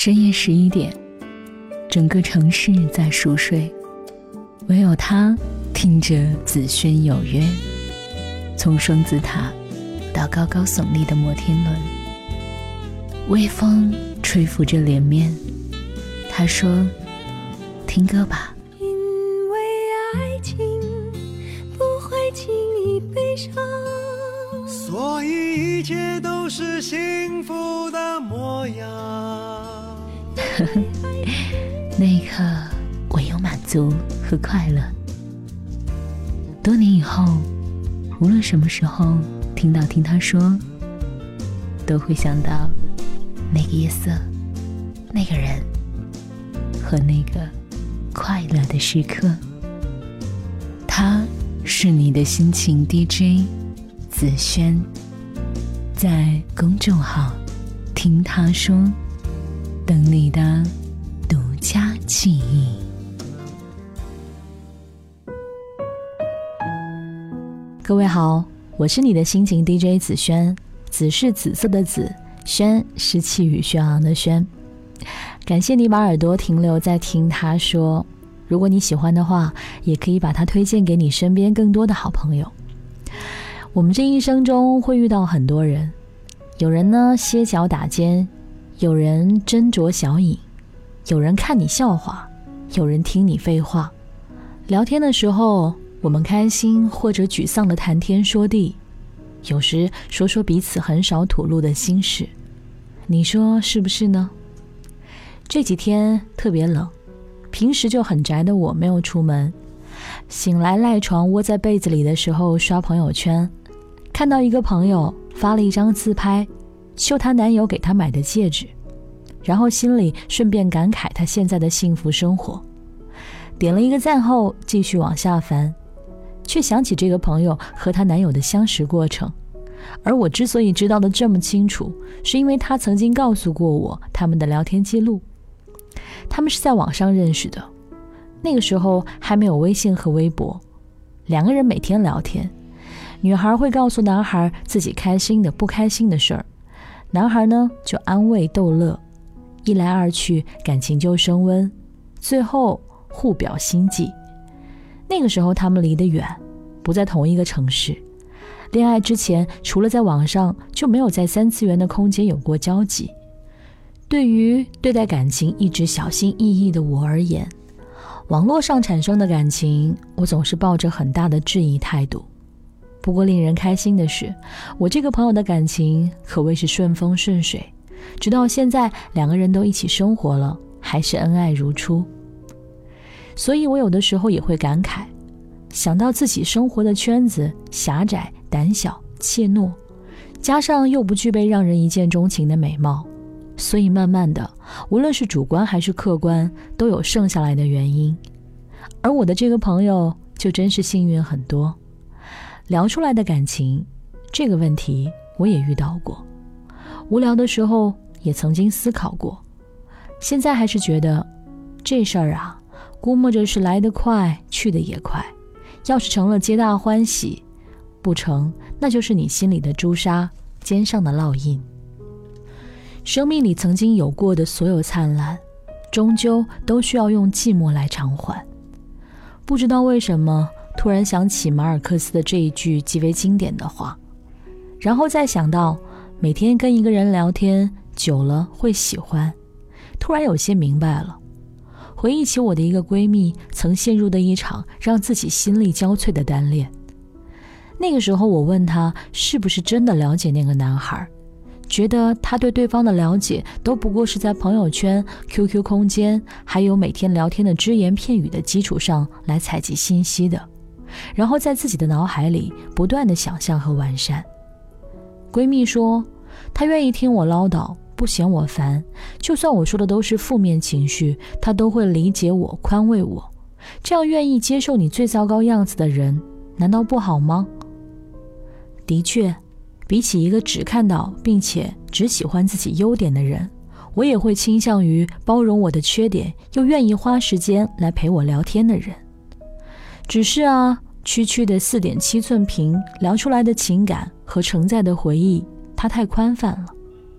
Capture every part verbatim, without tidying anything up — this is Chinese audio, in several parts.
深夜十一点，整个城市在熟睡，唯有他听着紫萱有约。从双子塔到高高耸立的摩天轮，微风吹拂着脸面，他说：听歌吧。 因为爱情不会轻易悲伤， 所以一切都是幸福的模样。 那一刻唯有满足和快乐。多年以后，无论什么时候听到听他说，都会想到那个夜色，那个人和那个快乐的时刻。他是你的心情 D J 紫萱，在公众号听他说，等你的独家记忆。各位好，我是你的心情 D J 紫萱，紫是紫色的紫，萱是气宇轩昂的轩。感谢你把耳朵停留在听他说，如果你喜欢的话，也可以把它推荐给你身边更多的好朋友。我们这一生中会遇到很多人，有人呢歇脚打尖，有人斟酌小饮，有人看你笑话，有人听你废话。聊天的时候，我们开心或者沮丧的谈天说地，有时说说彼此很少吐露的心事。你说是不是呢？这几天特别冷，平时就很宅的我没有出门，醒来赖床窝在被子里的时候刷朋友圈，看到一个朋友发了一张自拍，秀她男友给她买的戒指，然后心里顺便感慨她现在的幸福生活。点了一个赞后继续往下翻，却想起这个朋友和她男友的相识过程。而我之所以知道的这么清楚，是因为她曾经告诉过我他们的聊天记录。他们是在网上认识的，那个时候还没有微信和微博，两个人每天聊天，女孩会告诉男孩自己开心的不开心的事儿，男孩呢就安慰逗乐，一来二去感情就升温，最后互表心迹。那个时候他们离得远，不在同一个城市，恋爱之前除了在网上就没有在三次元的空间有过交集。对于对待感情一直小心翼翼的我而言，网络上产生的感情我总是抱着很大的质疑态度。不过令人开心的是，我这个朋友的感情可谓是顺风顺水，直到现在两个人都一起生活了，还是恩爱如初。所以我有的时候也会感慨，想到自己生活的圈子狭窄、胆小、怯懦，加上又不具备让人一见钟情的美貌，所以慢慢的，无论是主观还是客观，都有剩下来的原因。而我的这个朋友就真是幸运很多，聊出来的感情这个问题我也遇到过，无聊的时候也曾经思考过，现在还是觉得这事儿啊，估摸着是来得快去得也快，要是成了皆大欢喜，不成那就是你心里的朱砂，肩上的烙印。生命里曾经有过的所有灿烂，终究都需要用寂寞来偿还。不知道为什么突然想起马尔克斯的这一句极为经典的话，然后再想到每天跟一个人聊天久了会喜欢，突然有些明白了。回忆起我的一个闺蜜曾陷入的一场让自己心力交瘁的单恋。那个时候我问她是不是真的了解那个男孩，觉得他对对方的了解都不过是在朋友圈、Q Q 空间还有每天聊天的只言片语的基础上来采集信息的，然后在自己的脑海里不断的想象和完善。闺蜜说她愿意听我唠叨，不嫌我烦，就算我说的都是负面情绪，她都会理解我、宽慰我。这样愿意接受你最糟糕样子的人，难道不好吗？的确，比起一个只看到并且只喜欢自己优点的人，我也会倾向于包容我的缺点，又愿意花时间来陪我聊天的人。只是啊，区区的 四点七寸屏聊出来的情感和承载的回忆，它太宽泛了。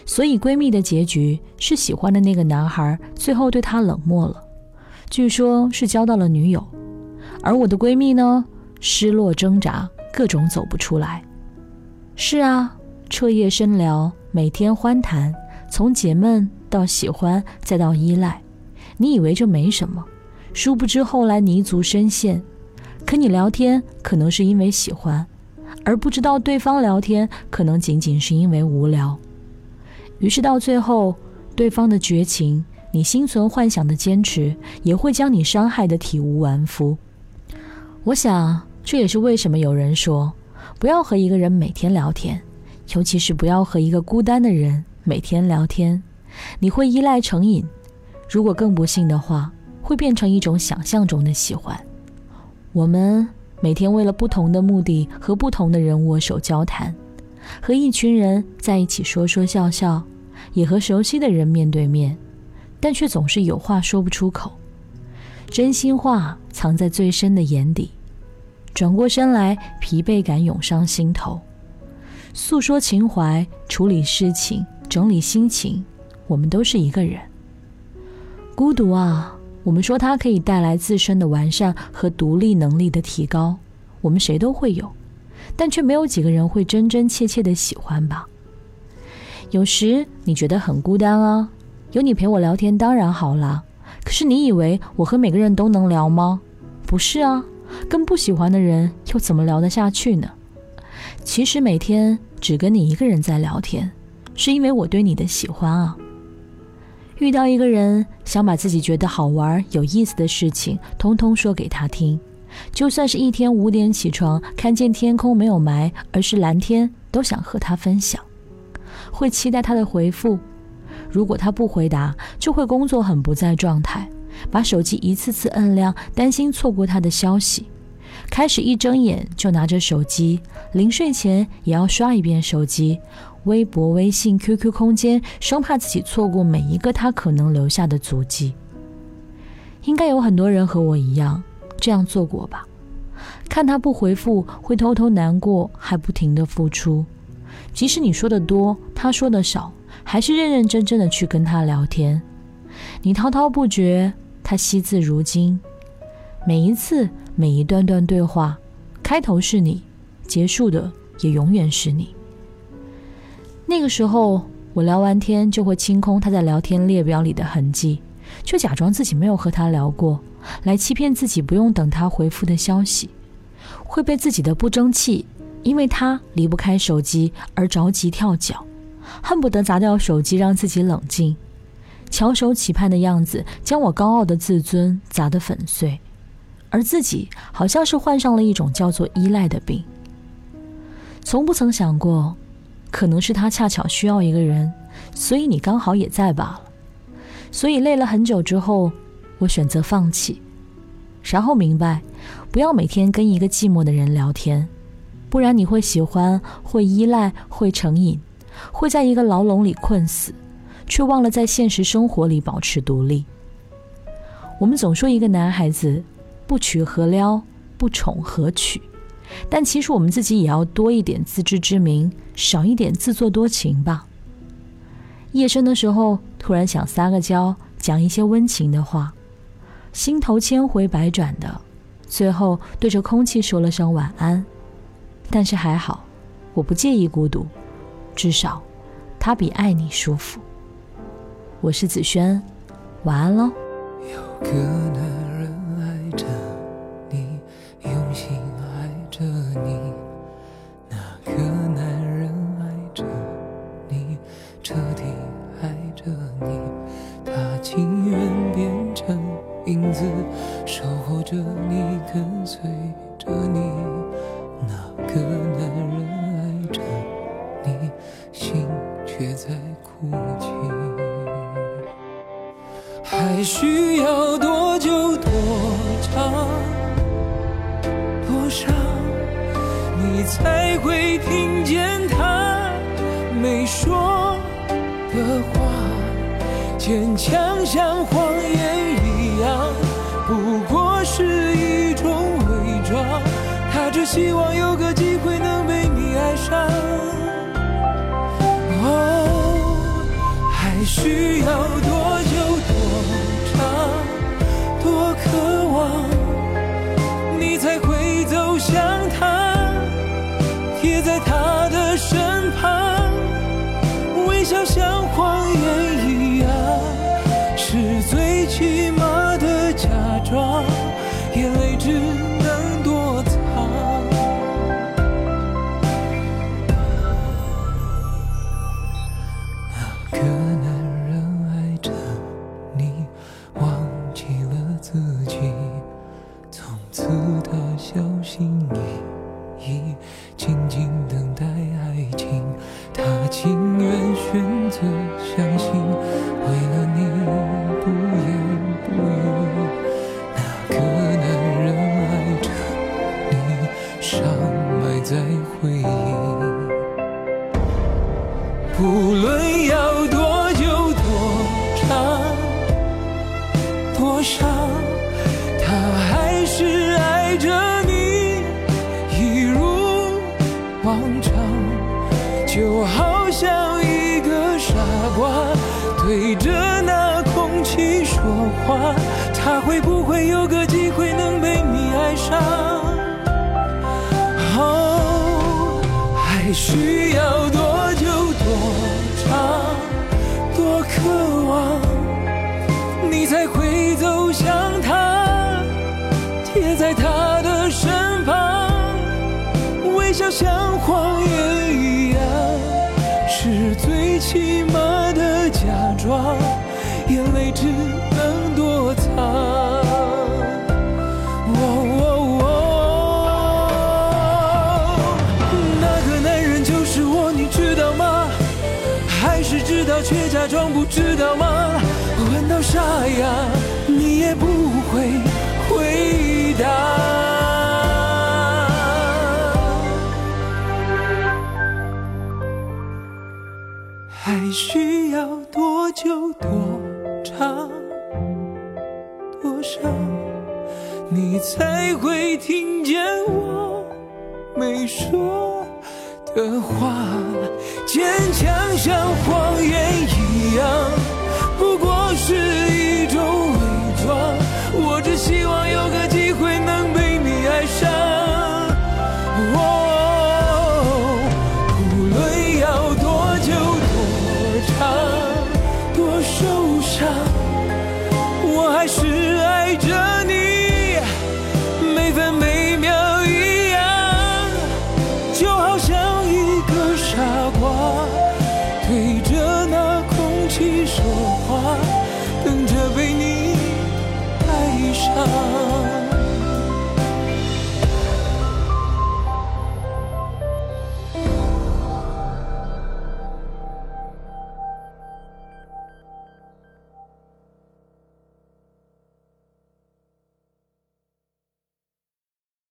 所以闺蜜的结局是喜欢的那个男孩最后对她冷漠了，据说是交到了女友。而我的闺蜜呢，失落挣扎，各种走不出来。是啊，彻夜深聊，每天欢谈，从解闷到喜欢再到依赖，你以为这没什么，殊不知后来泥足深陷。可你聊天可能是因为喜欢，而不知道对方聊天可能仅仅是因为无聊。于是到最后，对方的绝情，你心存幻想的坚持，也会将你伤害得体无完肤。我想这也是为什么有人说不要和一个人每天聊天，尤其是不要和一个孤单的人每天聊天，你会依赖成瘾，如果更不幸的话，会变成一种想象中的喜欢。我们每天为了不同的目的和不同的人握手交谈，和一群人在一起说说笑笑，也和熟悉的人面对面，但却总是有话说不出口。真心话藏在最深的眼底，转过身来，疲惫感涌上心头。诉说情怀，处理事情，整理心情，我们都是一个人。孤独啊，我们说它可以带来自身的完善和独立能力的提高，我们谁都会有，但却没有几个人会真真切切的喜欢吧。有时你觉得很孤单啊，有你陪我聊天当然好啦，可是你以为我和每个人都能聊吗？不是啊，跟不喜欢的人又怎么聊得下去呢？其实每天只跟你一个人在聊天，是因为我对你的喜欢啊。遇到一个人，想把自己觉得好玩有意思的事情通通说给他听，就算是一天五点起床看见天空没有霾而是蓝天，都想和他分享。会期待他的回复，如果他不回答，就会工作很不在状态，把手机一次次摁亮，担心错过他的消息。开始一睁眼就拿着手机，临睡前也要刷一遍手机，微博、微信、Q Q 空间，生怕自己错过每一个他可能留下的足迹。应该有很多人和我一样这样做过吧，看他不回复会偷偷难过，还不停地付出，即使你说的多他说的少，还是认认真真的去跟他聊天。你滔滔不绝，他惜字如金，每一次每一段段对话，开头是你，结束的也永远是你。那个时候我聊完天就会清空他在聊天列表里的痕迹，就假装自己没有和他聊过，来欺骗自己不用等他回复的消息。会被自己的不争气，因为他离不开手机而着急跳脚，恨不得砸掉手机让自己冷静，翘首企盼的样子将我高傲的自尊砸得粉碎，而自己好像是患上了一种叫做依赖的病。从不曾想过，可能是他恰巧需要一个人，所以你刚好也在罢了。所以累了很久之后，我选择放弃，然后明白，不要每天跟一个寂寞的人聊天，不然你会喜欢，会依赖，会成瘾，会在一个牢笼里困死，却忘了在现实生活里保持独立。我们总说一个男孩子不娶何撩，不宠何娶，但其实我们自己也要多一点自知之明，少一点自作多情吧。夜深的时候突然想撒个娇，讲一些温情的话，心头千回百转的，最后对着空气说了声晚安。但是还好，我不介意孤独，至少它比爱你舒服。我是子轩，晚安咯。 有个男人爱着你，用心爱着你，那个男人爱着你，彻底爱着你，他情愿变成影子，守候着你，跟随着你，那个男人爱着你，心却在哭泣。还需要多久多长多少，你才会听见他没说的话，坚强像谎言一样，不过是一种伪装，他只希望有个机会能被你爱上。哦， 需要多久多长多渴望，你才会走向他，贴在他的身旁，微笑像谎言一样，是最起码的假装，眼泪只能躲藏。那个男人爱着你，忘记了自己，从此他小心翼翼，静静等待爱情，他情愿选择相信，为了你不言不语。那个男人爱着你，伤埋在回忆，不论要多久多长多伤，他还是爱着你，一如往常，就好像一个傻瓜对着那空气说话，他会不会有个机会能被你爱上？哦，还需要多久多长多渴望，你才会走向他，贴在他的身旁，微笑像谎言一样，是最起码的假装，眼泪只能躲藏。哦哦哦，那个男人就是我，你知道吗？还是知道却假装不知道吗？问到沙哑，你也不会回答。还需要多久多长多伤，你才会听见我没说的话？坚强像谎言一样，不过是一种伪装，我只希望有个机会能被你爱上。哦，无论要多久多长多受伤，我还是爱着你，每分每秒一样，就好像一个傻瓜对着那空气说话，等着被你爱上。